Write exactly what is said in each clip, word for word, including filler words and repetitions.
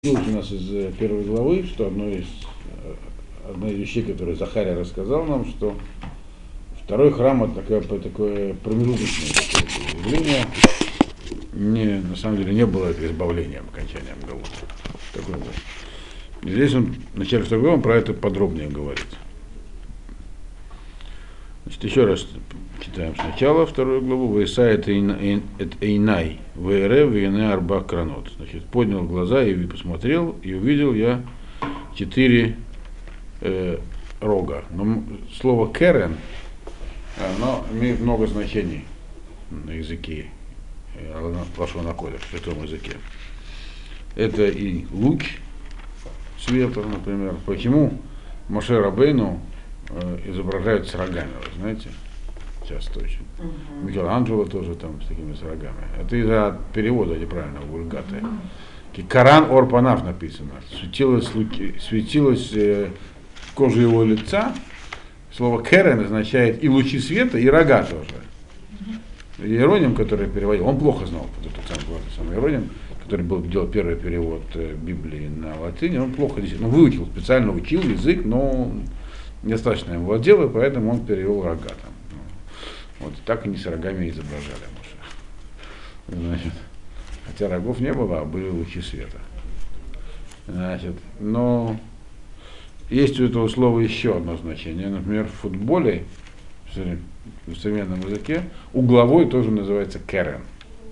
У нас из первой главы, что одно из, одна из вещей, которые Захария рассказал нам, что второй храм это такое, такое промежуточное такое явление. Не, на самом деле не было это избавлением, окончанием Галута. Такое было. Здесь он в начале второй главы про это подробнее говорит. Значит, еще раз читаем сначала вторую главу. Вейсает Эйнай, Вейрев, Вейне Арба Кранот. Значит, поднял глаза и посмотрел, и увидел я четыре э, рога. Но слово керен, оно имеет много значений на языке, лашон а-кодеш, в этом языке. Это и луч света, например. Почему Моше Рабейну изображают с рогами, вы знаете, часто очень. Uh-huh. Микеланджело тоже там с такими с рогами. Это из-за перевода неправильного вульгаты. Uh-huh. Коран Орпанав написано. Светилась, светилась э, кожа его лица. Слово керен означает и лучи света, и рога тоже. Uh-huh. Иероним, который переводил, он плохо знал, тот самый, самый Иероним, который был, делал первый перевод э, Библии на латыни, он плохо действительно, он выучил, специально учил язык, но недостаточно ему владел, и поэтому он перевел рога там. Вот так они с рогами изображали Моше. Значит, хотя рогов не было, а были лучи света. Значит, но есть у этого слова еще одно значение. Например, в футболе, в современном языке, угловой тоже называется керен.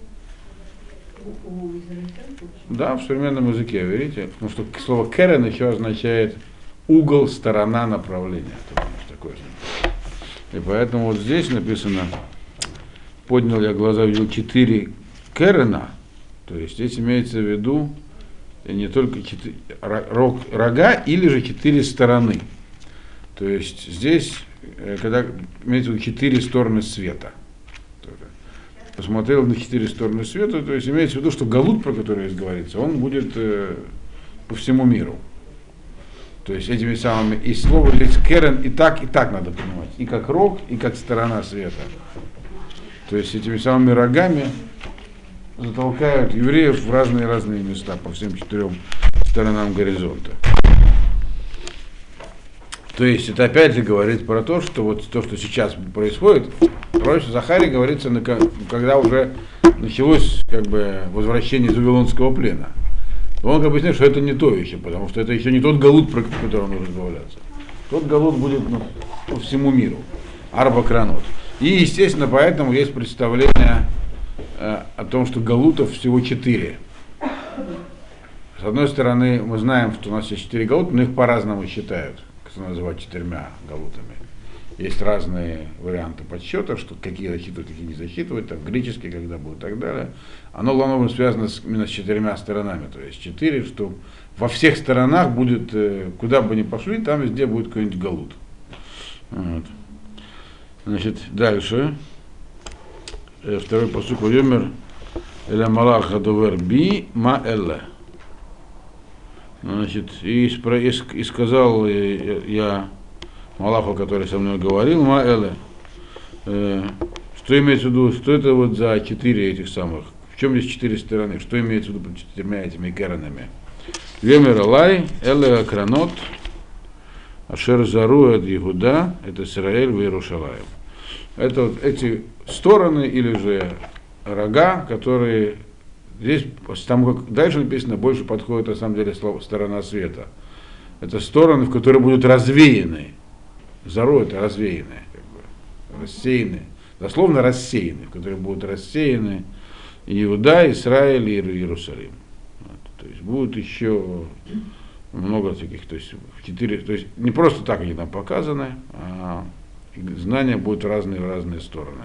Да, в современном языке, видите? Потому что слово керен еще означает угол, сторона, направление. Такое. И поэтому вот здесь написано, поднял я глаза, увидел четыре керена, то есть здесь имеется в виду не только четыре, рог, рога или же четыре стороны. То есть здесь, когда имеется в виду четыре стороны света. Посмотрел на четыре стороны света, то есть имеется в виду, что галут, про который здесь говорится, он будет э, по всему миру. То есть этими самыми, и слово здесь керен и так, и так надо понимать. И как рог, и как сторона света. То есть этими самыми рогами затолкают евреев в разные-разные места по всем четырем сторонам горизонта. То есть это опять же говорит про то, что вот то, что сейчас происходит, в пророчестве Захарии говорится, когда уже началось как бы возвращение из Вавилонского плена. Он объясняет, что это не то еще, потому что это еще не тот галут, про который нужно избавляться. Тот галут будет ну, по всему миру. Арба Кранот. И, естественно, поэтому есть представление э, о том, что галутов всего четыре. С одной стороны, мы знаем, что у нас есть четыре галута, но их по-разному считают, кто называют четырьмя галутами. Есть разные варианты подсчета, что какие засчитывают, какие не засчитывают, там греческие, когда будут и так далее. Оно главное связано с, именно с четырьмя сторонами, то есть четыре, что во всех сторонах будет, куда бы ни пошли, там везде будет какой-нибудь галут. Вот. Значит, дальше. Второй пасук Вайомер Эля Малах Гадовер Би Ма Элле. Значит, и, и сказал я Малаху, который со мной говорил, Маэле, э, что имеется в виду, что это вот за четыре этих самых, в чем здесь четыре стороны, что имеется в виду под четырьмя этими керенами. Вемер Алай, Эле Кранот, Ашер Зару Эд Иуда, это Исраэль в Иерушалаим. Это вот эти стороны или же рога, которые здесь, там как дальше написано, больше подходит на самом деле слово сторона света. Это стороны, в которые будут развеяны. Зару это развеянные, как бы, рассеянные, дословно рассеянные, в которые будут рассеяны Иуда, Израиль и Иерусалим. Вот, то есть будут еще много таких, то есть четыре, то есть не просто так они там показаны, а знания будут разные в разные стороны.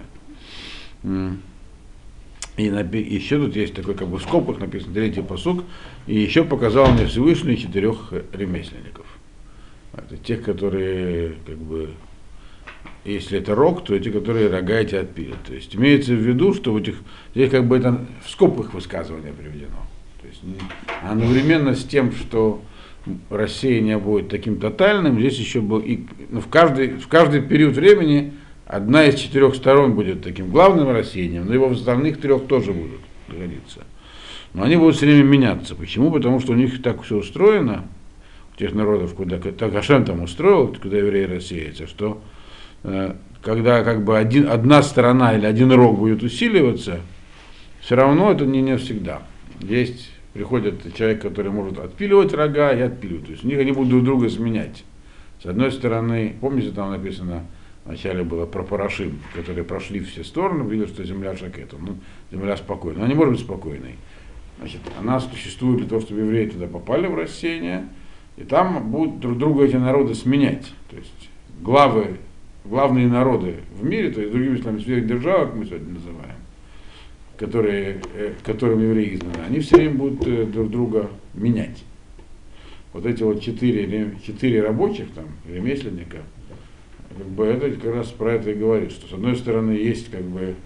И еще тут есть такой, как бы в скобках написано третий пасук, и еще показал мне Всевышний четырех ремесленников. Это тех, которые, как бы, если это рог, то эти, которые рога эти отпилят. То есть имеется в виду, что в этих, здесь как бы это в скобках высказывание приведено. То есть одновременно с тем, что рассеяние будет таким тотальным, здесь еще был и ну, в, каждый, в каждый период времени одна из четырех сторон будет таким главным рассеянием, но его в остальных трех тоже будут говорится. Но они будут все время меняться. Почему? Потому что у них так все устроено, у тех народов, куда так Хашем там устроил, куда евреи рассеются, что э, когда как бы один, одна сторона или один рог будет усиливаться, все равно это не, не всегда. Есть, приходит человек, который может отпиливать рога и отпиливать. То есть у них они будут друг друга сменять. С одной стороны, помните, там написано, вначале было про Парашим, которые прошли все стороны, видели, что земля шакетом. Ну, земля спокойна. Она не может быть спокойной. Значит, она существует для того, чтобы евреи туда попали в рассеяние, и там будут друг друга эти народы сменять. То есть главы, главные народы в мире, то есть другими словами, сверхдержавы, как мы сегодня называем, которые, которым евреи изгнаны, они все время будут друг друга менять. Вот эти вот четыре, четыре рабочих, там, ремесленника, как бы это как раз про это и говорит, что с одной стороны есть как бы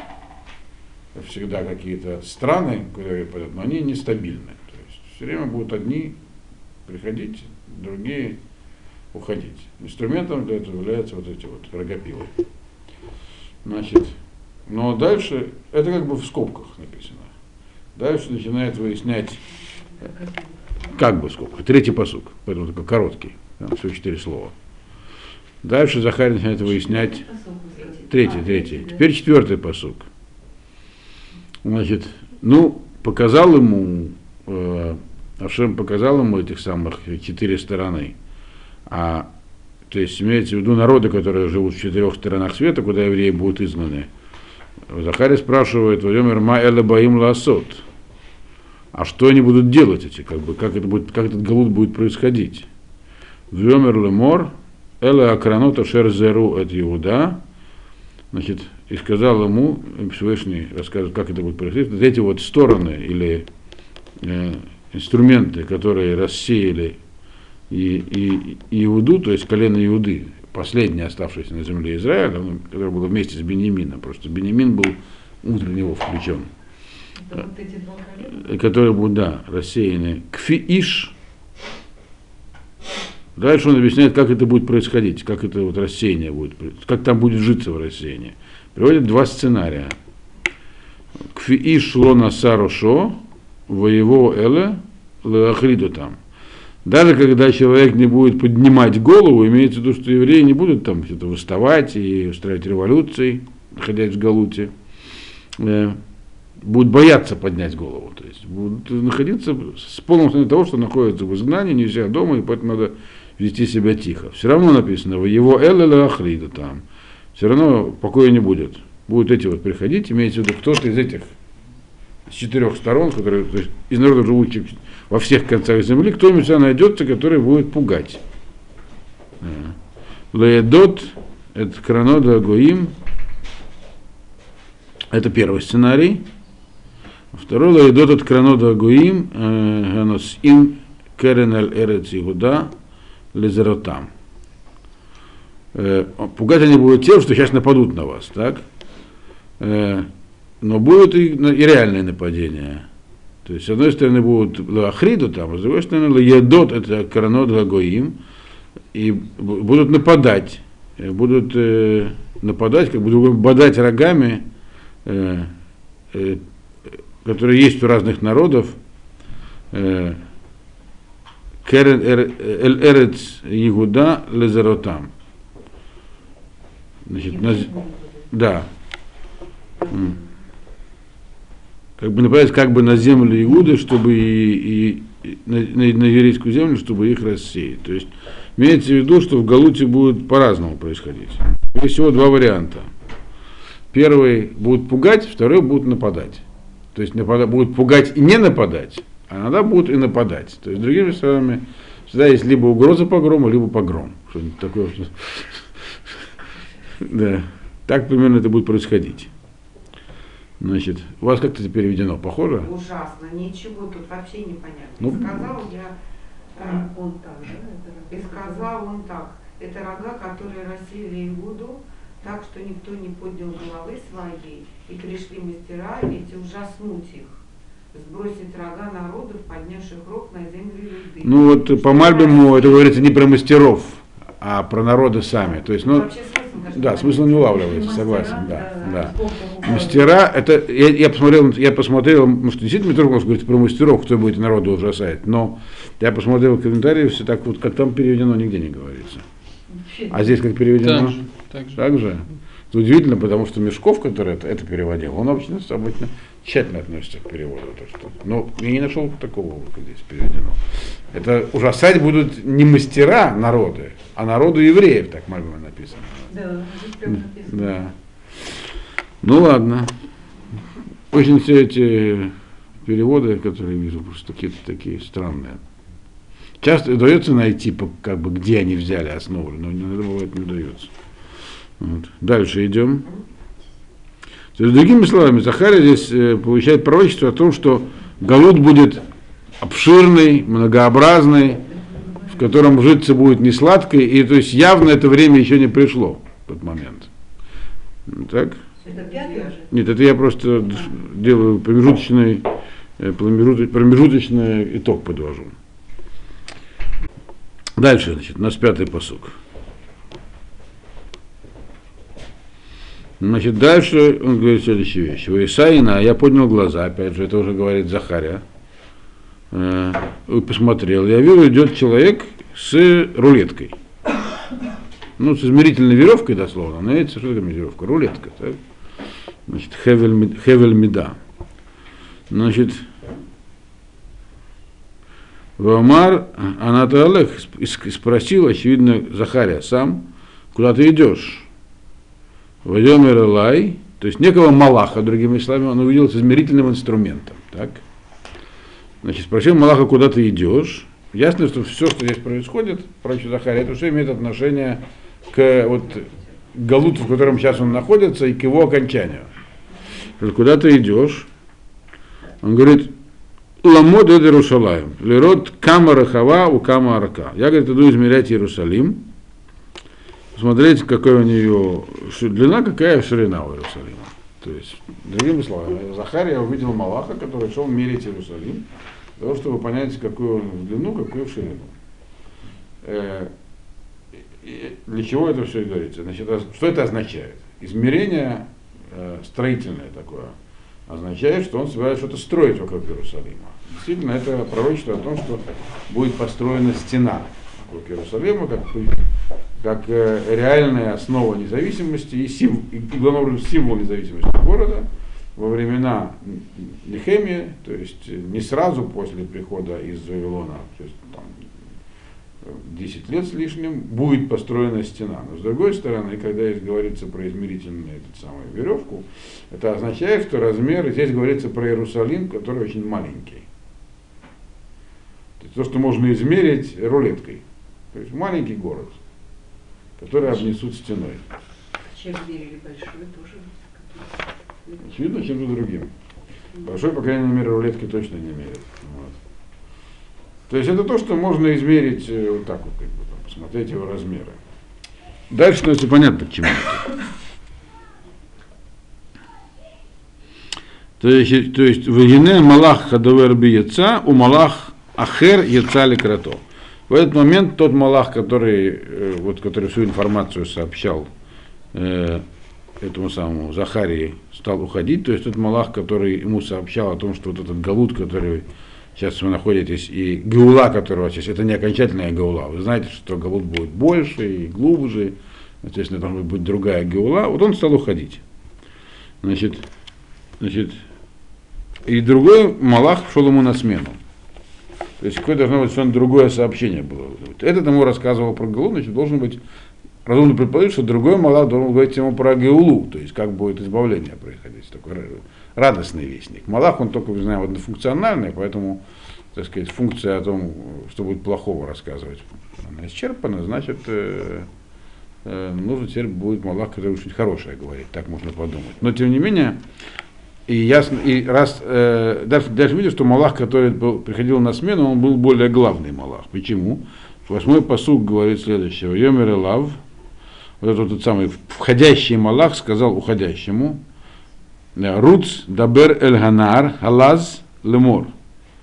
всегда какие-то страны, которые пойдут, но они нестабильны. То есть все время будут одни приходить, другие уходить. Инструментом для этого являются вот эти вот рогопилы. Значит, но дальше, это как бы в скобках написано. Дальше начинает выяснять, как бы в скобках, третий пасук, поэтому такой короткий, там всего четыре слова. Дальше Захарий начинает выяснять, третий, третий, теперь четвертый пасук. Значит, ну, показал ему, э, Ашем показал ему этих самых четыре стороны. А, то есть имеется в виду народы, которые живут в четырех сторонах света, куда евреи будут изгнаны. Захарий спрашивает, «Вайомер ма эле баим лаасот». А что они будут делать эти, как бы, как это будет, как этот галут будет происходить? Вайомер лемор эле акранот ашер зеру эт Иуда. Значит, и сказал ему, Всевышний рассказывает, как это будет происходить, вот эти вот стороны или э, инструменты, которые рассеяли и, и, и Иуду, то есть колено Иуды, последний оставшийся на земле Израиля, который был вместе с Беньямином, просто Беньямин был внутрь него включен, это вот эти два колена? Которые будут, да, рассеяны. Кфи-иш. Дальше он объясняет, как это будет происходить, как это вот рассеяние будет, как там будет житься в рассеянии. Приводит два сценария. Кфи-иш ло насарошо, воево эле, леахриду там. Даже когда человек не будет поднимать голову, имеется в виду, что евреи не будут там что-то выставать и устраивать революции, находясь в Галуте, э, будут бояться поднять голову. То есть будут находиться с полным основанием того, что находятся в изгнании, нельзя дома, и поэтому надо вести себя тихо. Все равно написано, его эле ахрида там. Все равно покоя не будет. Будут эти вот приходить, имеется в виду кто-то из этих, с четырех сторон, которые, то есть из народов, живущих во всех концах земли, кто-нибудь сюда найдется, который будет пугать. Лаедот, это кранода гоим, это первый сценарий. Второй лаедот от кранода гоим, ганос им керен аль эрец Иуда лезеротам. Пугать они будут тем, что сейчас нападут на вас, так? Но будут и, и реальные нападения. То есть, с одной стороны, будут лахриду там, а с другой стороны, лаедот, это коронот лагоим, и будут нападать. Будут э, нападать, как бы бодать рогами, э, э, которые есть у разных народов. Керен эрец Иуда лезеротам. Значит, на, да. Как бы нападать как бы на землю Иуды, чтобы и, и на, на, на еврейскую землю, чтобы их рассеять. То есть имеется в виду, что в Галуте будет по-разному происходить. Есть всего два варианта. Первый будут пугать, второй будут нападать. То есть нападать, будут пугать и не нападать, а иногда будут и нападать. То есть, другими словами, всегда есть либо угроза погрома, либо погром. Что-нибудь такое. Да. Так примерно это будет происходить. Значит, у вас как-то это переведено, похоже? Ужасно, ничего тут вообще непонятно. Ну, сказал я, э, он так, да? и сказал он так, это рога, которые рассеяли Иуду, так что никто не поднял головы своей, и пришли мастера эти ужаснуть их, сбросить рога народов, поднявших рог на землю Иуды. Ну вот по Мальбиму это говорится не про мастеров, а про народы сами. То есть, ну, вообще смысл Да, смысл не улавливается, согласен, да, да. Мастера, это, я, я посмотрел, я посмотрел, может, действительно, Митрохов говорит про мастеров, кто будет народу ужасать, но я посмотрел комментарии, все так вот, как там переведено, нигде не говорится. А здесь как переведено? Так же. Так же. Так же? Это удивительно, потому что Мешков, который это, это переводил, он обычно, обычно тщательно относится к переводу. То, что, но я не нашел такого, как здесь переведено. Это ужасать будут не мастера народы, а народу евреев, так Мальбима написано. Да, написано. Да. Ну ладно. Очень все эти переводы, которые вижу, просто такие, такие странные. Часто удается найти, как бы, где они взяли основу, но иногда бывает не удается. Вот. Дальше идем. То есть, другими словами, Захария здесь э, получает пророчество о том, что галут будет обширный, многообразный, в котором житься будет не сладко, и то есть явно это время еще не пришло в тот момент. Так? Это пятый уже? Нет, это я просто делаю промежуточный, промежуточный итог подвожу. Дальше, значит, у нас пятый пасук. Значит, дальше он говорит следующую вещь. У Исаина я поднял глаза, опять же, это уже говорит Захария. Э, посмотрел. Я вижу, идет человек с рулеткой. Ну, с измерительной веревкой, дословно. Знаете, что такое веревка? Рулетка. Так? Значит, хевель, хевель меда. Значит, Вамар Анатолех спросил, очевидно, Захария сам, куда ты идешь? Вайомер Элай, то есть некого Малаха, другими словами, он увидел с измерительным инструментом. Так? Значит, спросил Малаха, куда ты идешь. Ясно, что все, что здесь происходит, прочее Захария, это все имеет отношение к вот, галуту, в котором сейчас он находится, и к его окончанию. Куда ты идешь? Он говорит, Ламод эд Иерусалим, лирот кама рахава у кама арака. Я, говорит, иду измерять Иерусалим, посмотреть, какая у нее длина, какая ширина у Иерусалима. То есть, другими словами, Захария увидел Малаха, который шел мерить Иерусалим, для того, чтобы понять, какую он в длину, какую в ширину. Э, для чего это все говорится? Значит, что это означает? Измерение э, строительное такое означает, что он собирается что-то строить вокруг Иерусалима. Действительно, это пророчество о том, что будет построена стена вокруг Иерусалима, как, как э, реальная основа независимости и, символ, и, и главным образом, символ независимости города во времена Нехемии, то есть не сразу после прихода из Вавилона, то есть там, десять лет с лишним, будет построена стена. Но с другой стороны, когда здесь говорится про измерительную эту самую веревку, это означает, что размер, здесь говорится про Иерусалим, который очень маленький. То есть то, что можно измерить рулеткой. То есть маленький город, который обнесут стеной. Чем мерили большой тоже? Очевидно, чем-то другим. Большой, по крайней мере, рулетки точно не мерят. Вот. То есть это то, что можно измерить вот так вот, как бы, там, посмотреть его размеры. Дальше становится понятно, к чему это. То есть, то есть, вегине малах хадовер би яца, у малах ахер яца лекрато. В этот момент тот малах, который, вот, который всю информацию сообщал э, этому самому Захарии, стал уходить. То есть тот малах, который ему сообщал о том, что вот этот галут, который сейчас вы находитесь, и гаула, которого сейчас, это не окончательная гаула. Вы знаете, что галут будет больше и глубже, естественно, там будет другая гаула. Вот он стал уходить. Значит, значит, и другой малах шел ему на смену. То есть какое должно быть совершенно другое сообщение было. Этот ему рассказывал про галут, значит, должен быть разумно предположить, что другой малах должен говорить ему про геулу, то есть как будет избавление происходить, такой радостный вестник. Малах, он только, не знаю, однофункциональный, поэтому, так сказать, функция о том, что будет плохого рассказывать, она исчерпана, значит, э, э, нужно теперь будет малах, который что-нибудь хорошее говорит, так можно подумать. Но, тем не менее, и ясно, и раз, э, даже, даже видишь, что малах, который был, приходил на смену, он был более главный малах. Почему? Восьмой пасук говорит следующее. Йомер элав, вот этот тот самый входящий малах сказал уходящему, Руц дабер эль ганар халаз лемор.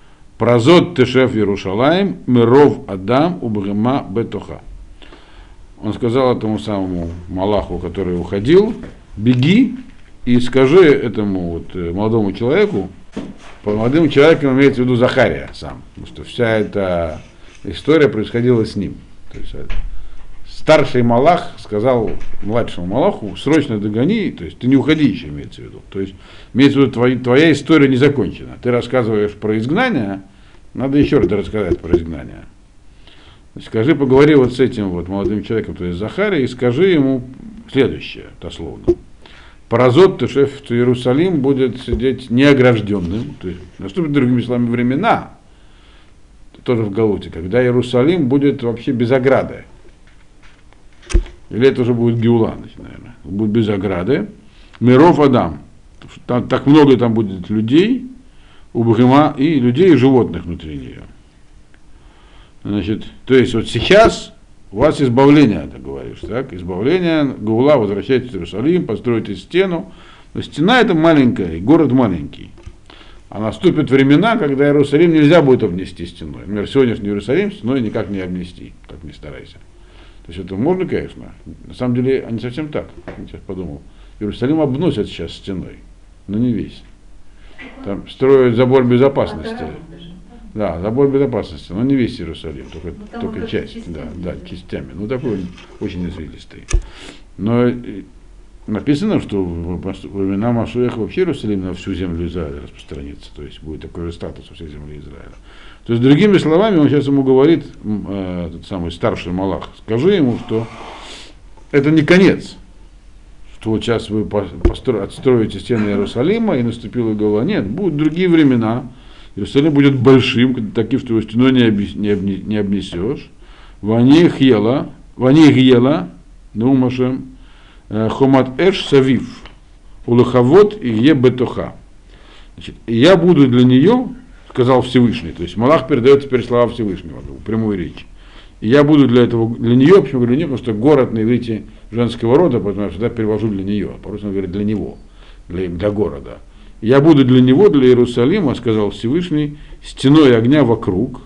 Празот тешеф Иерушалаим миров адам убгема бетоха. он сказал этому самому Малаху, который уходил, беги и скажи этому вот молодому человеку, по молодым человеком имеется в виду Захария сам, потому что вся эта история происходила с ним. То есть старший Малах сказал младшему Малаху, срочно догони, то есть ты не уходи еще, имеется в виду. То есть имеется в виду, твоя, твоя история не закончена. Ты рассказываешь про изгнание, надо еще раз рассказать про изгнание. Скажи, поговори вот с этим вот молодым человеком, то есть Захарией, и скажи ему следующее, дословно. Паразот Тешеф в Иерусалим будет сидеть неогражденным, то есть наступят, другими словами, времена, тоже в Галуте, когда Иерусалим будет вообще без ограды. Или это уже будет Геула, наверное, будет без ограды. Миров Адам, там, так много там будет людей, у Бхима, и людей, и животных внутри нее. Значит, то есть вот сейчас у вас избавление, ты говоришь, так? Избавление, Гаула, возвращайтесь в Иерусалим, построите стену. Но стена это маленькая, и город маленький. А наступят времена, когда Иерусалим нельзя будет обнести стеной. Например, сегодняшний Иерусалим стеной никак не обнести, так не старайся. То есть это можно, конечно. На самом деле, не совсем так, я сейчас подумал. Иерусалим обносят сейчас стеной, но не весь. Там строят забор безопасности. Да, забор безопасности, но не весь Иерусалим, только, ну, только часть, частями. Да, да, частями. Ну, такой очень извилистый. Но написано, что во времена Машиаха вообще Иерусалим на всю землю Израиля распространится, то есть будет такой же статус во всей земле Израиля. То есть, другими словами, он сейчас ему говорит, э, этот самый старший Малах, скажи ему, что это не конец, что вот сейчас вы постро- отстроите стены Иерусалима и наступила Гаула. Нет, будут другие времена. Иерусалим будет большим, таким, что его стеной не, объяс, не, обне, не обнесешь. Ваних ела, ваних ела, наумашем, хомат эш савив, улахавод и е бетоха. Значит, я буду для нее, сказал Всевышний, то есть Малах передает теперь слова Всевышнего, прямую речь. И я буду для этого, для нее, почему говорю для нее, потому что город на иврите женского рода, поэтому я всегда перевожу для нее, а порой он говорит для него, для, для города. Я буду для него, для Иерусалима, сказал Всевышний, стеной огня вокруг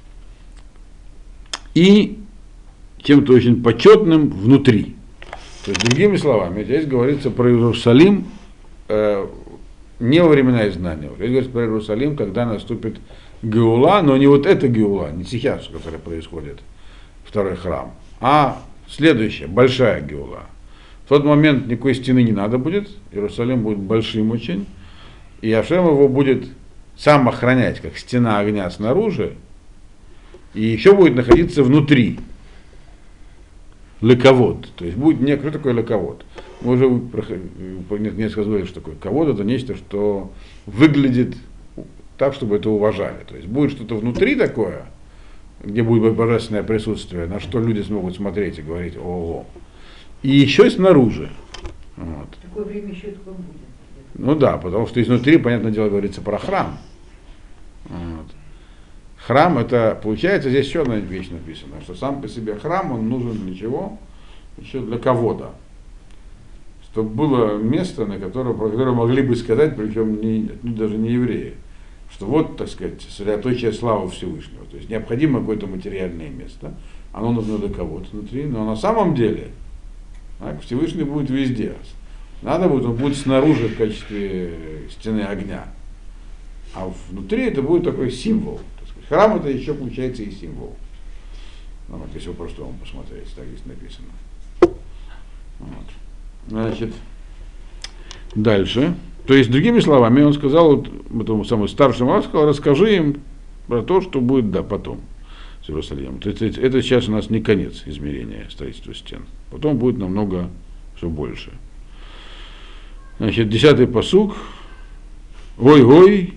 и чем-то очень почетным внутри. То есть, другими словами, здесь говорится про Иерусалим э, не во времена изгнания. Здесь говорится про Иерусалим, когда наступит Геула, но не вот эта Геула, не сейчас, которая происходит, второй храм, а следующая, большая Геула. В тот момент никакой стены не надо будет, Иерусалим будет большим очень, и Ашем его будет сам охранять, как стена огня снаружи, и еще будет находиться внутри. Лековод. То есть будет не... Что такое лековод? Мы уже несколько раз говорили, что такое ковод. Это нечто, что выглядит так, чтобы это уважали. То есть будет что-то внутри такое, где будет божественное присутствие, на что люди смогут смотреть и говорить ого. И еще снаружи. Вот. Такое время еще и такое будет. Ну да, потому что изнутри, понятное дело, говорится про храм. Вот. Храм, это, получается, здесь еще одна вещь написана, что сам по себе храм, он нужен для чего? Еще для кого-то. Чтобы было место, на которое, про которое могли бы сказать, причем не, ну, даже не евреи, что вот, так сказать, сосредоточие славы Всевышнего. То есть необходимо какое-то материальное место, оно нужно для кого-то внутри, но на самом деле так, Всевышний будет везде. Надо будет, он будет снаружи в качестве стены огня. А внутри это будет такой символ. Храм это еще получается и символ. Ну, вот, если вы просто вам посмотреть, так здесь написано. Вот. Значит, дальше. То есть, другими словами, он сказал, вот, этому самому старшему, он сказал, расскажи им про то, что будет, да, потом с Иерусалимом. То есть, это сейчас у нас не конец измерения строительства стен. Потом будет намного все больше. Значит, десятый пасук. Ой-ой,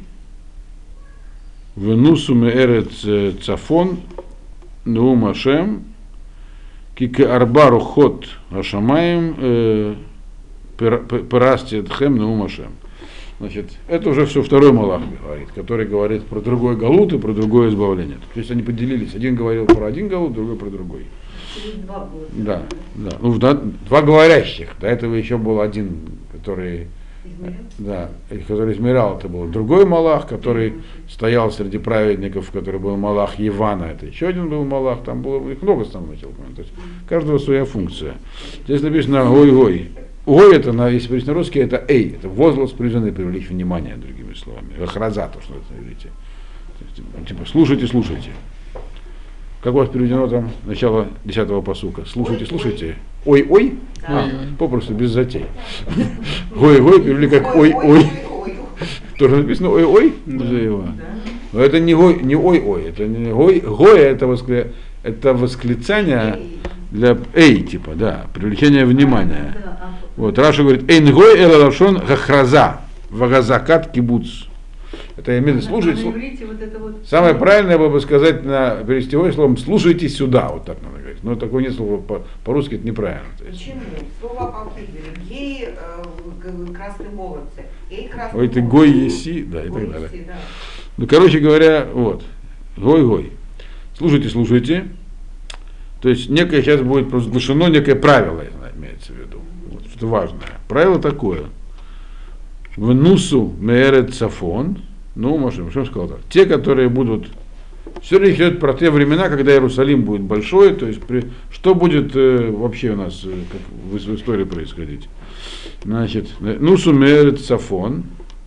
венусу меэрец цафон, неум Ашем, кике арбару ход ашамаем, перастит хэм неум Ашем. Значит, это уже все второй Малах говорит, который говорит про другой галут и про другое избавление. То есть они поделились. Один говорил про один галут, другой про другой. Два было. Да, да. Ну, да, два говорящих. До этого еще был один, который да, и который измерял, это был другой Малах, который стоял среди праведников, который был Малах Ивана, это еще один был Малах, там было их много основных то есть у каждого своя функция. Здесь написано ой-ой. Ой, это, на, если перевести на русский, это эй, это возглас, призванный привлечь внимание, другими словами. Храза, то, что это видите. Типа, слушайте, слушайте. Как у вас переведено там начало десятого пасука? Слушайте, ой, слушайте. Ой-ой? Да. А, попросту, без затей. Ой-ой, перевели как ой-ой. Тоже написано ой-ой? Но это не ой, не ой-ой, это не ой, гой, это, воскля... это восклицание для эй, типа, да, привлечение внимания. Вот, Раша говорит, эйн гой эла лашон гахраза, вагазакат кибуц. Это именно слушать. Вот вот... Самое правильное было бы сказать на перевести словом слушайте сюда, вот так надо говорить. Но такое нет слова по- по-русски, это неправильно. Почему? Слово по-кибелю. Гей э, красные молодцы. Эй, красные Ой, ты гой еси, да, и так далее. Да. Ну, короче говоря, вот. Гой-гой. Слушайте, слушайте. То есть некое сейчас будет провозглашено некое правило, имеется в виду. Вот, что важное. Правило такое. В нусу меэрет сафон. Ну, может, что сказал так. Те, которые будут... Все речь идет про те времена, когда Иерусалим будет большой, то есть при, что будет э, вообще у нас э, как в, в истории происходить. Значит, ну сумерет сафон.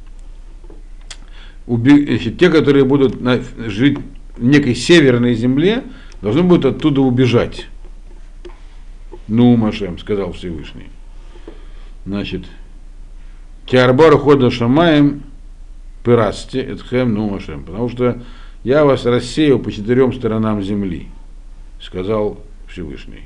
Уби, значит, те, которые будут на, жить в некой северной земле, должны будут оттуда убежать. Ну, Машем, сказал Всевышний. Значит, Киарбар хода шамаем пырасти, этхем ну Машем, потому что я вас рассеял по четырем сторонам земли, сказал Всевышний.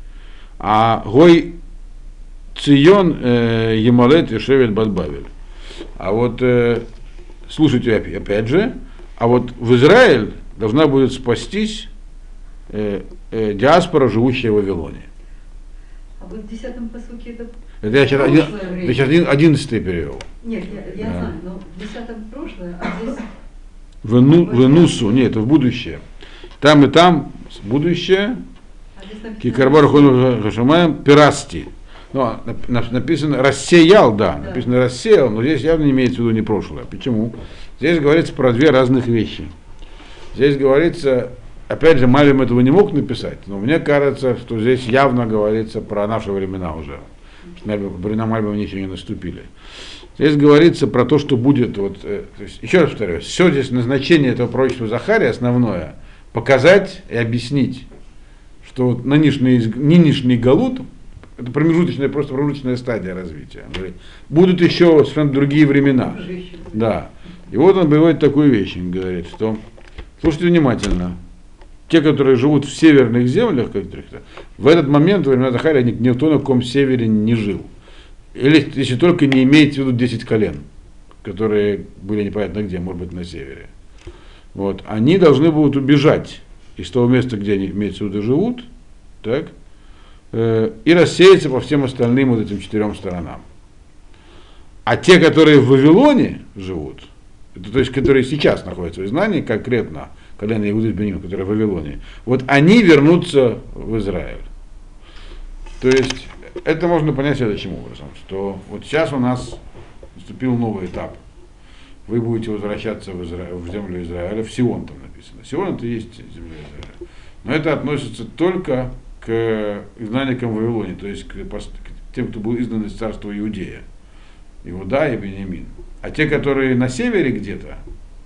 А гой цион емалет вешевет бадбавель. А вот э, слушайте опять же, а вот в Израиль должна будет спастись э, э, диаспора, живущая в Вавилоне. А вот в десятом посуке это Это я сейчас, один, я сейчас один, одиннадцатый перевел. Нет, я, я да. знаю, но в десятом прошлое, а здесь... В, ну, в Нусу, нет, это в будущее. Там и там будущее. Кикарбар Хашамаем пирасти. Ну, написано рассеял, да, да, написано рассеял, но здесь явно имеется в виду не прошлое. Почему? Здесь говорится про две разных вещи. Здесь говорится, опять же, Мальбим этого не мог написать, но мне кажется, что здесь явно говорится про наши времена уже. Времена Мальбима еще не наступили. Здесь говорится про то, что будет, вот, э, то есть, еще раз повторяю, все здесь назначение этого пророчества Захария основное, показать и объяснить, что вот нынешний, нынешний галут, это промежуточная, просто промежуточная стадия развития. Будут еще совершенно другие времена. Да. И вот он приводит такую вещь, он говорит, что, слушайте внимательно, те, которые живут в северных землях, в этот момент, во времена Захария, никто на каком севере не жил. Или, если только не имеется в виду десять колен, которые были непонятно где, может быть, на севере. Вот. Они должны будут убежать из того места, где они имеется в виду живут, так, э, и рассеяться по всем остальным вот этим четырем сторонам. А те, которые в Вавилоне живут, это, то есть, которые сейчас находятся в изгнании, конкретно, колено Иуды Беньямина, которые в Вавилоне, вот они вернутся в Израиль. То есть, это можно понять следующим образом, что вот сейчас у нас наступил новый этап. Вы будете возвращаться в, Изра... в землю Израиля, в Сион там написано. Сион это и есть земля Израиля. Но это относится только к изгнанникам в Вавилоне, то есть к, к тем, кто был изгнан из царства Иудея. Иуда и Беньямин. А те, которые на севере где-то,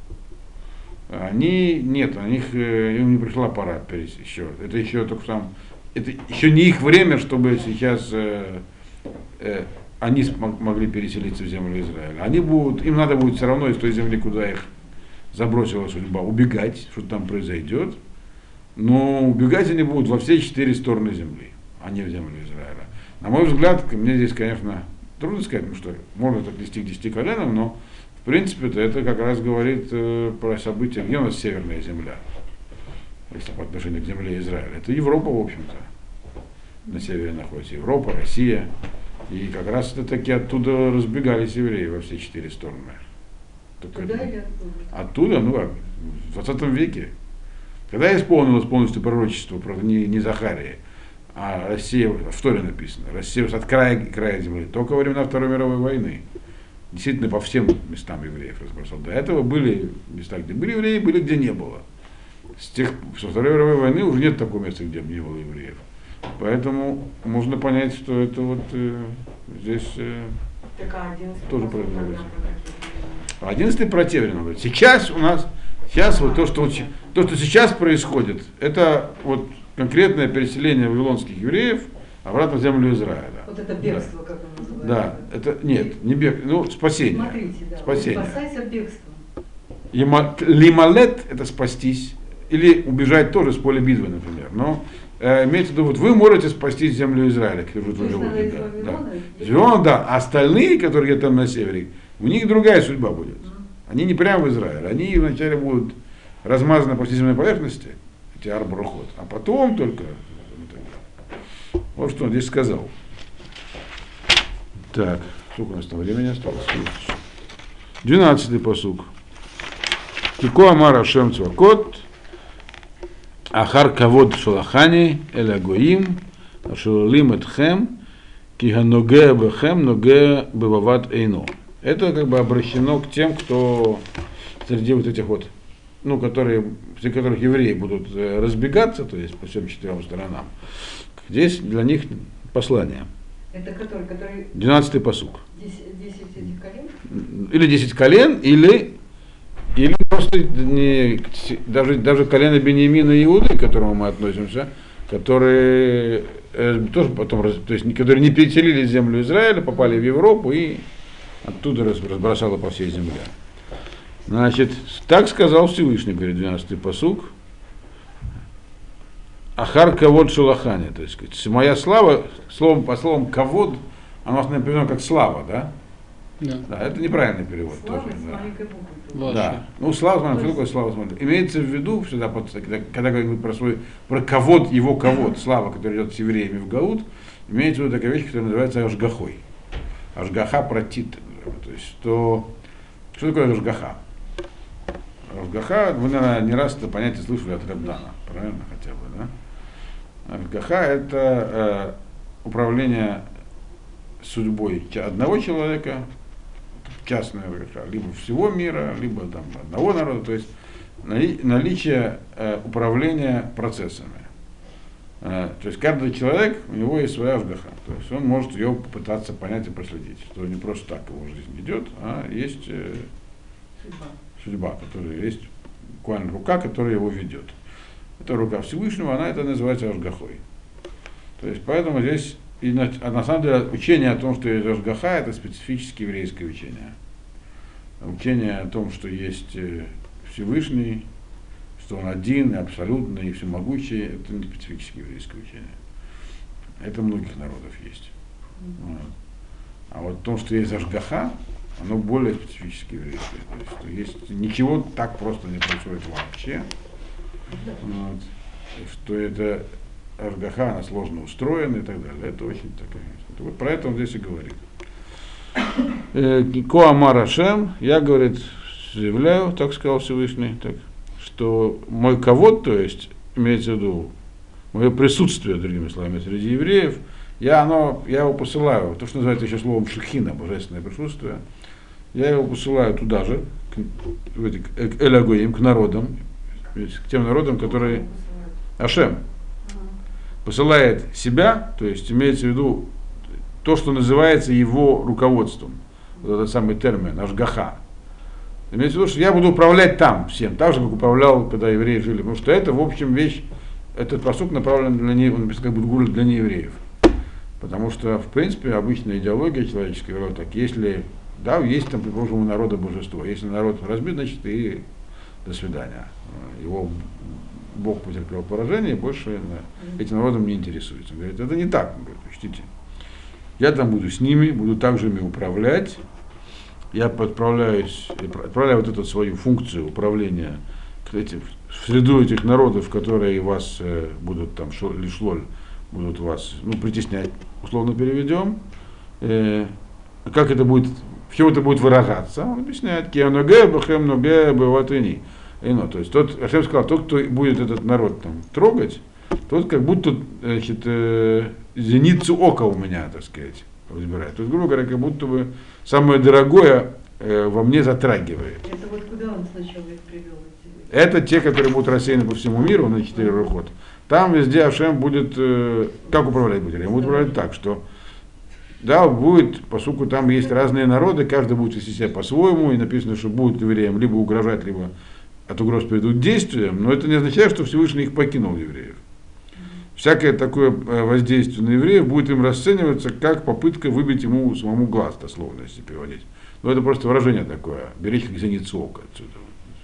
они нет, у них им не пришла пора перейти еще. Это еще только там. Это еще не их время, чтобы сейчас э, э, они могли переселиться в землю Израиля. Они будут, им надо будет все равно из той земли, куда их забросила судьба, убегать, что там произойдет. Но убегать они будут во все четыре стороны земли, а не в землю Израиля. На мой взгляд, мне здесь, конечно, трудно сказать, ну что можно так отнести к десяти коленам, но в принципе это как раз говорит э, про события, где у нас северная земля. Если по отношению к земле Израиля. Это Европа, в общем-то. На севере находится Европа, Россия. И как раз это таки оттуда разбегались евреи во все четыре стороны. Только Куда это, или оттуда? Оттуда, ну как, в двадцатом веке. Когда исполнилось полностью пророчество, правда, не, не Захарии, а Россия, в Торе написано, Россия от края к краю земли, только во времена Второй мировой войны. действительно по всем местам евреев разбросал. До этого были места, где были евреи, были, где не было. С тех, со Второй мировой войны уже нет такого места, где не было евреев. Поэтому можно понять, что это вот э, здесь э, тоже произойдет. Одиннадцатый про Теврина. Сейчас у нас, сейчас вот то, что, то, что сейчас происходит, это вот конкретное переселение вавилонских евреев обратно в землю Израиля. Вот это бегство, да. Как он называется. Да, это нет, не бег, ну спасение. Смотрите, да. Спасение. Спасайся бегством. Лималет это спастись. Или убежать тоже с поля битвы, например. Но э, имеется в виду, вот вы можете спасти землю Израиля, которые живут в Вавилоне. Да, да. Вавилон, да. А остальные, которые там на севере, у них другая судьба будет. Они не прямо в Израиле. Они вначале будут размазаны по всей земной поверхности, эти арброхот, а потом только. Вот что он здесь сказал. Так, сколько у нас там времени осталось? Двенадцатый пасук. Кико амара шем цвакот. Ахар кавод шалахани эля гоим, ашалим этхем, киганоге бэхэм, ноге бэвават эйно. Это как бы обращено к тем, кто среди вот этих вот, ну, которые, среди которых евреи будут разбегаться, то есть по всем четырем сторонам. Здесь для них послание. Это который, который... Двенадцатый пасук. Десять этих колен? Или десять колен, или... Или просто не, даже, даже колено Беньямина и Иуды, к которому мы относимся, которые э, тоже потом, то есть, которые не переселили землю Израиля, попали в Европу и оттуда разбросало по всей земле. Значит, так сказал Всевышний, говорит, двенадцатый пасук. Ахар кавод шулахани, то есть, моя слава, словом, по словам кавод, оно например как слава, да? Да. Да, это неправильный перевод. Слава тоже, с да. маленькой буквы. Да. Ну, слава, что такое слава смотрит. Имеется в виду, всегда, когда, когда говорит про свой, про ковод, его ковод, слава, который идет с евреями в Гаут, имеется в виду такая вещь, которая называется Ашгахой. Ашгаха протит. То есть, что, что такое Ашгаха? Ашгаха, вы, наверное, не раз это понятие слышали от Рабдана, правильно, хотя бы, да? Ашгаха это э, управление судьбой одного человека, частная Ашгаха, либо всего мира, либо там одного народа, то есть наличие э, управления процессами. Э, то есть каждый человек, у него есть своя Ашгаха, то есть он может ее попытаться понять и проследить, что не просто так его жизнь идет, а есть э, судьба. судьба, которая есть буквально рука, которая его ведет. Это рука Всевышнего, она это называется Ашгахой. То есть поэтому здесь, и на, а на самом деле учение о том, что есть Ашгаха, это специфически еврейское учение. Учение о том, что есть Всевышний, что он один, и абсолютный, и всемогущий, это не специфически еврейское учение. Это у многих народов есть. Вот. А вот то, что есть Ашгаха, оно более специфически еврейское. То есть, что есть ничего так просто не происходит вообще. Вот. Что это Ашгаха, она сложно устроена и так далее. Это очень такая. Вот про это он здесь и говорит. Ко амар Ашем, я, говорит, заявляю, так сказал Всевышний, так, что мой ковод, то есть, имеется в виду, мое присутствие, другими словами, среди евреев, я, оно, я его посылаю, то, что называется еще словом шехина, божественное присутствие, я его посылаю туда же, к, к Элягоим, к народам, к тем народам, которые Ашем посылает себя, то есть имеется в виду то, что называется его руководством, вот этот самый термин, Ашгаха. Имеется в виду, что я буду управлять там всем, так же, как управлял, когда евреи жили, потому что это, в общем, вещь, этот посук направлен для не, он как бы для неевреев. Потому что, в принципе, обычная идеология человеческая, вот так, если, да, есть там, предположим, у народа божество, если народ разбит, значит, и до свидания. Его Бог потерпел поражение, и больше этим народом не интересуется. Он говорит, это не так, он говорит, учтите. Я там буду с ними, буду также ими управлять. Я отправляюсь, отправляю вот эту свою функцию управления в среду этих народов, которые вас э, будут там лишлоль, будут вас ну, притеснять, условно переведем. Э, как это будет, в чем это будет выражаться? Он объясняет, кианоге бахем ноге баватыни. То есть тот, Ашем сказал, тот, кто будет этот народ там трогать, тот как будто, значит, э, зеницу ока у меня, так сказать, разбирает. То есть, грубо говоря, как будто бы самое дорогое э, во мне затрагивает. Это вот куда он сначала их привел? Эти? Это те, которые будут рассеяны по всему миру на четыре рухот. Там везде Ашем будет, э, как управлять будет? Он будет управлять так, что да, будет, поскольку там есть разные народы, каждый будет вести себя по-своему, и написано, что будут евреям либо угрожать, либо от угроз приведут к действиям, но это не означает, что Всевышний их покинул, евреев. Всякое такое воздействие на евреев будет им расцениваться как попытка выбить ему самому глаз, дословно, если переводить. Но это просто выражение такое, беречь как зеницу ока отсюда.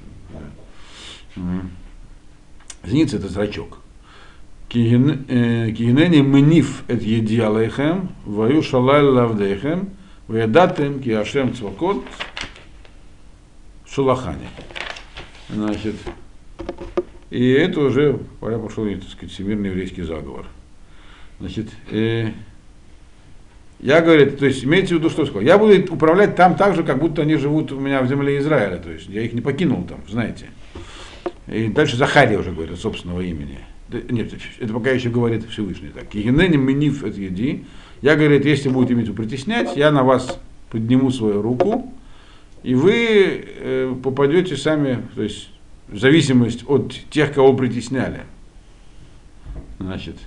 Зеница — это зрачок. Кигинени мниф эт едиалейхем, ваю шалай лавдейхем, ваядатем ки ашем цвакот шулахани. Значит, и это уже, пора пошел, так сказать, всемирный еврейский заговор. Значит, э, я говорю, то есть имеется в виду, что сказал, я буду управлять там так же, как будто они живут у меня в земле Израиля, то есть я их не покинул там, знаете. И дальше Захария уже говорит от собственного имени. Нет, это пока еще говорит Всевышний так. Кигинени мниф эт еди. Я, говорит, если будете иметь притеснять, я на вас подниму свою руку, и вы э, попадете сами, то есть в зависимость от тех, кого притесняли. Значит.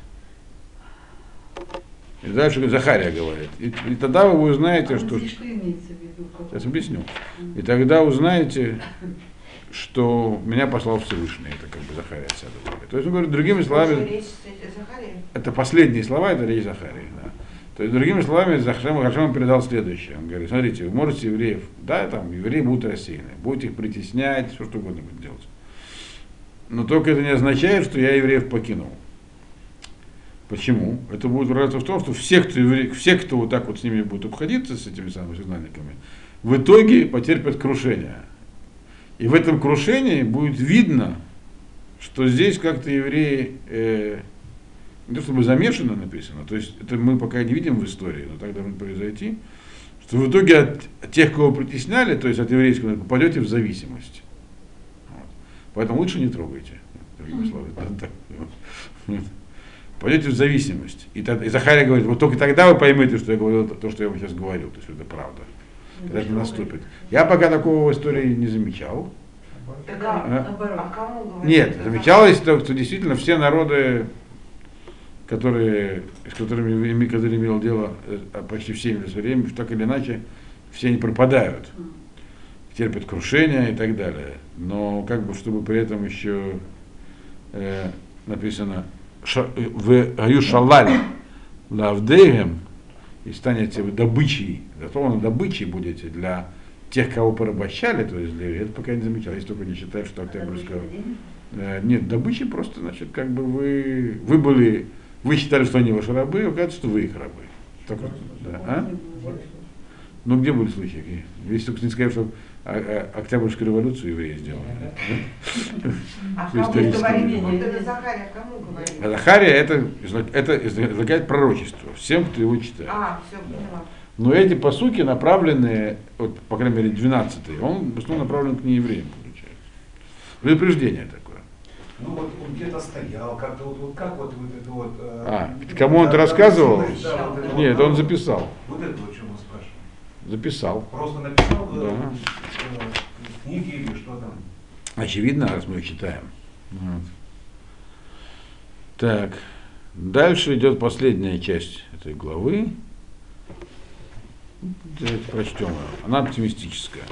И дальше Захария говорит. И, и тогда вы узнаете, а что... Здесь что имеется в виду? Сейчас объясню. И тогда узнаете, что меня послал Всевышний. Это как бы Захария отсюда говорит. То есть он говорит другими словами... Речь Захарии? Это последние слова, это речь Захарии. Да. То есть, другими словами, Захарим передал следующее. Он говорит, смотрите, вы можете евреев, да, там евреи будут рассеяны, будете их притеснять, все что угодно будет делать. Но только это не означает, что я евреев покинул. Почему? Это будет выражаться в том, что все, кто, евре... все, кто вот так вот с ними будет обходиться, с этими самыми сигнальниками, в итоге потерпят крушение. И в этом крушении будет видно, что здесь как-то евреи... Э... не то чтобы замешано написано, то есть это мы пока не видим в истории, но так должно произойти, что в итоге от тех, кого притесняли, то есть от еврейского, попадете в зависимость. Вот. Поэтому лучше не трогайте. Пойдете в зависимость. И, и Захария говорит, вот только тогда вы поймете, что я говорил, то, что я вам сейчас говорю, то есть это правда. Когда это наступит. Я пока такого в истории не замечал. Так, а, а? а кому говорить? Нет, замечалось, что, что действительно все народы, которые, с которыми, которые имел дело почти всеми в свое время, так или иначе, все они пропадают, терпят крушение и так далее. Но как бы, чтобы при этом еще э, написано в Аю Шалаль Лавдейгем, и станете вы добычей, зато добычей будете для тех, кого порабощали, то есть для, это пока не замечал, если только не считать, что Октябрьского... Э, нет, добычей просто, значит, как бы вы, вы были... Вы считали, что они ваши рабы, оказывается, что вы их рабы. Так, да. А? Ну где были случаи? Если только не сказать, что Октябрьскую революцию евреи сделали. А кому говорит? Это Захария кому говорит? А Захария это, это излагает пророчество всем, кто его читает. А, все, поняла. Но эти посуки направлены, вот, по крайней мере, двенадцатый, он в основном направлен к неевреям, получается. Предупреждение такое. Ну вот он где-то стоял, как-то вот, вот как вот, вот это вот. Э, а, кому он это рассказывал? Да, вот это Нет, вот, он записал. Вот это вот, чем он спрашивал. Записал. Просто написал Да. э, э, книги или что там. Очевидно, раз мы их читаем. Вот. Так, дальше идет последняя часть этой главы. Давайте прочтем ее. Она оптимистическая.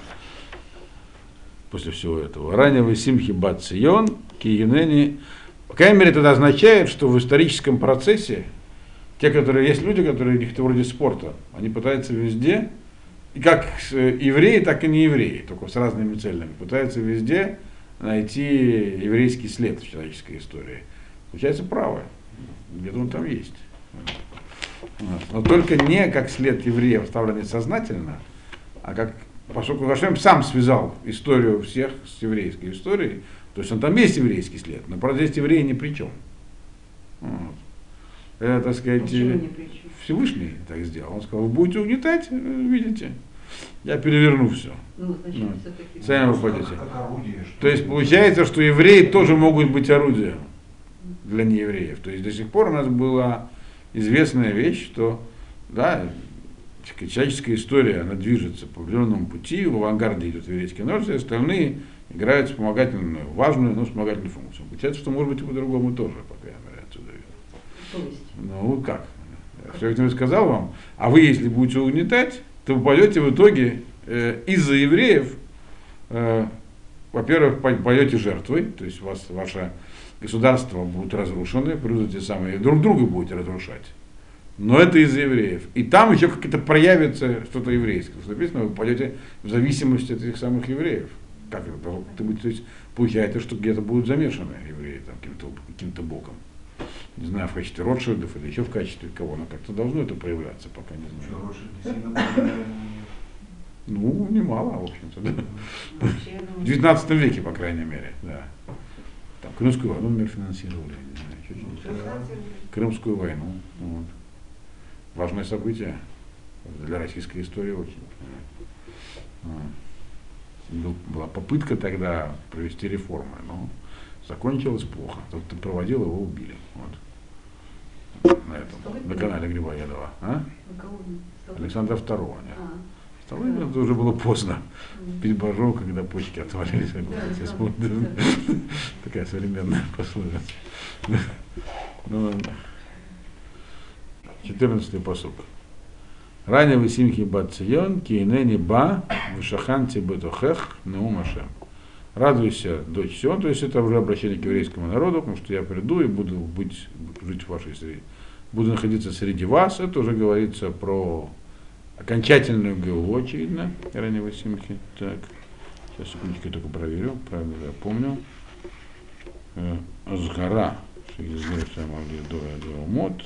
После всего этого. Раневый Симхи Бат Цион, Киенени. По крайней мере, это означает, что в историческом процессе те, которые есть люди, которые них-то вроде спорта, они пытаются везде, и как евреи, так и не евреи, только с разными целями, пытаются везде найти еврейский след в человеческой истории. Получается, правы. Где-то он там есть. Но только не как след евреев, оставленный сознательно, а как, поскольку Гошем сам связал историю всех с еврейской историей, то есть он там есть еврейский след, но правда здесь евреи ни при чем. Вот. Это, так сказать, Всевышний так сделал. Он сказал, вы будете угнетать, видите, я переверну все. Ну, значит, Вот. все-таки. Сами вы пойдете. Как орудие, что То есть получается, что евреи тоже могут быть орудием для неевреев. То есть до сих пор у нас была известная вещь, что да, человеческая история, она движется по определенному пути, в авангарде идет еврейский народ, все остальные играют вспомогательную, важную, но вспомогательную функцию. Получается, что может быть и по-другому тоже, по крайней мере, отсюда. То есть? Ну, как? Все это я сказал вам. А вы, если будете угнетать, то вы пойдете в итоге э, из-за евреев, э, во-первых, пойдете жертвой, то есть у вас, ваше государство будет разрушено, придут те самые, друг друга будете разрушать. Но это из-за евреев. И там еще как-то проявится что-то еврейское. Что написано, вы пойдете в зависимости от этих самых евреев. Как это? То есть получается, что где-то будут замешаны евреи там, каким-то, каким-то боком. Не знаю, в качестве Ротшильдов или еще в качестве кого, но как-то должно это проявляться, пока не знаю. Ну, немало, в общем-то, да. В девятнадцатом веке, по крайней мере, да. Там Крымскую войну, например, финансировали, не знаю, Крымскую войну. Вот. Важное событие для российской истории очень. Был, была попытка тогда провести реформы, но закончилось плохо. Тот, кто проводил, его убили. Вот. На этом, на канале Грибоедова. А? Александра Второго. Нет. А. Стало, да. Это уже было поздно. Mm. Пить боржу, когда почки отвалились. Да, да, да. Такая современная пословица. Ну, четырнадцатый посук. Ранее вы симхи бат Цион, киенени ба, вишаханти бетохех, наум Ашем. Радуйся, дочь Сион, то есть это уже обращение к еврейскому народу, потому что я приду и буду быть, жить в вашей среде, буду находиться среди вас. Это уже говорится про окончательную ГУ, очевидно, ранее вы симхи. Так, сейчас секундочку, я только проверю, правильно я помню. Азгара, мод.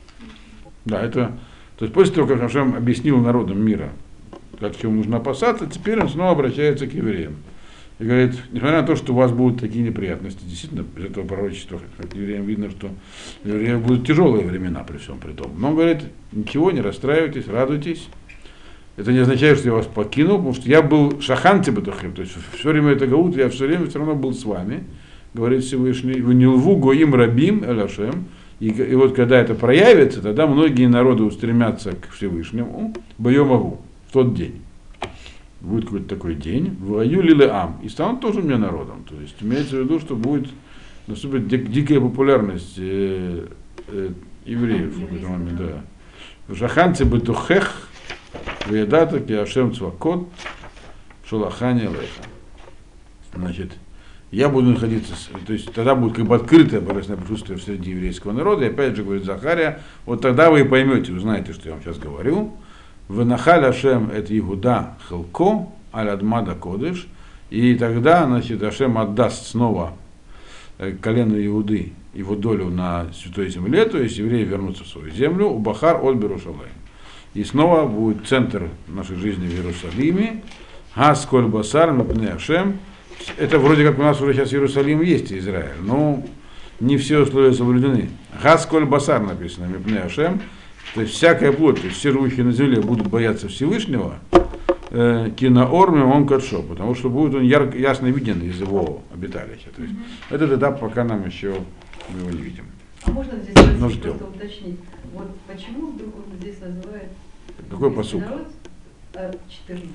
Да, это, то есть после того, как Ашем объяснил народам мира, как чему нужно опасаться, теперь он снова обращается к евреям. И говорит, несмотря на то, что у вас будут такие неприятности, действительно, из этого пророчества, как евреям видно, что у евреев будут тяжелые времена при всем при том. Но он говорит, ничего, не расстраивайтесь, радуйтесь. Это не означает, что я вас покинул, потому что я был шаханти бетохем, то есть все время это гаут, я все время все равно был с вами, говорит Всевышний, в нилву гоим рабим эляшем. И, и вот когда это проявится, тогда многие народы устремятся к Всевышнему, боемагу, в тот день. Будет какой-то такой день, в июле ам, и станут тоже мне народом. То есть имеется в виду, что будет наступит дик, дикая популярность э, э, евреев в какой-то момент, да. В Жаханце бетухех, в Ядата киашем цвакот, шулахани леха. Значит, я буду находиться, то есть тогда будет как бы открытое божественное присутствие среди еврейского народа, и опять же говорит Захария, вот тогда вы и поймете, узнаете, что я вам сейчас говорю. Венахаль Ашем это Игуда Хелко, Аль-Адмада Кодыш, и тогда, значит, Ашем отдаст снова колену Иуды его долю на святой земле, то есть евреи вернутся в свою землю, у Бахар от Берушалаем. И снова будет центр нашей жизни в Иерусалиме, Гас Коль Басар Мипне Ашем. Это вроде как у нас уже сейчас Иерусалим есть, Израиль, но не все условия соблюдены. Гас Коль Басар написано, Мипне Ашем. То есть всякая плоть, то есть все живущие на земле будут бояться Всевышнего, э, киноорме он катшо, потому что будет он ярко, ясно виден из его обиталища. То есть mm-hmm. этот этап пока нам еще мы его не видим. А можно здесь просто уточнить, вот почему вдруг он здесь называет какой посуд? Народ четырнадцать.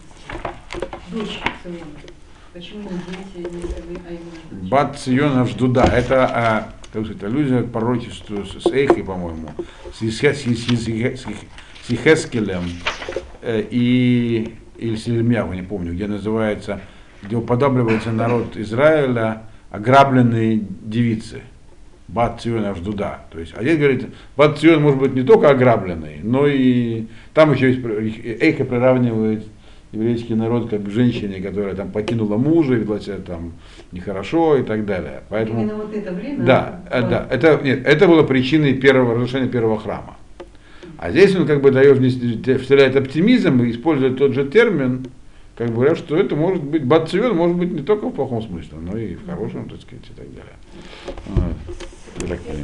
Дочь Циона. Почему не дети, а именно дочь? Бат Циона Ждуда. Это а, как сказать, аллюзия к пророчеству с Эйхой, по-моему, с Ихескелем и или с Ильмяву, не помню, где называется, где уподобливается народ Израиля ограбленные девицы. Бат Цион Ждуда. То есть, а здесь говорит, Бат Цион может быть не только ограбленный, но и там еще есть, Эйха приравнивает еврейский народ как к женщине, которая там покинула мужа и вела себя там нехорошо и так далее. Поэтому, именно вот это время? Да, да, да это, нет, это было причиной первого разрушения первого храма. А здесь он как бы дает, вселяет оптимизм и использует тот же термин, как бы говорят, что это может быть, Бат Цион может быть не только в плохом смысле, но и в хорошем, так сказать, и так далее. Вот.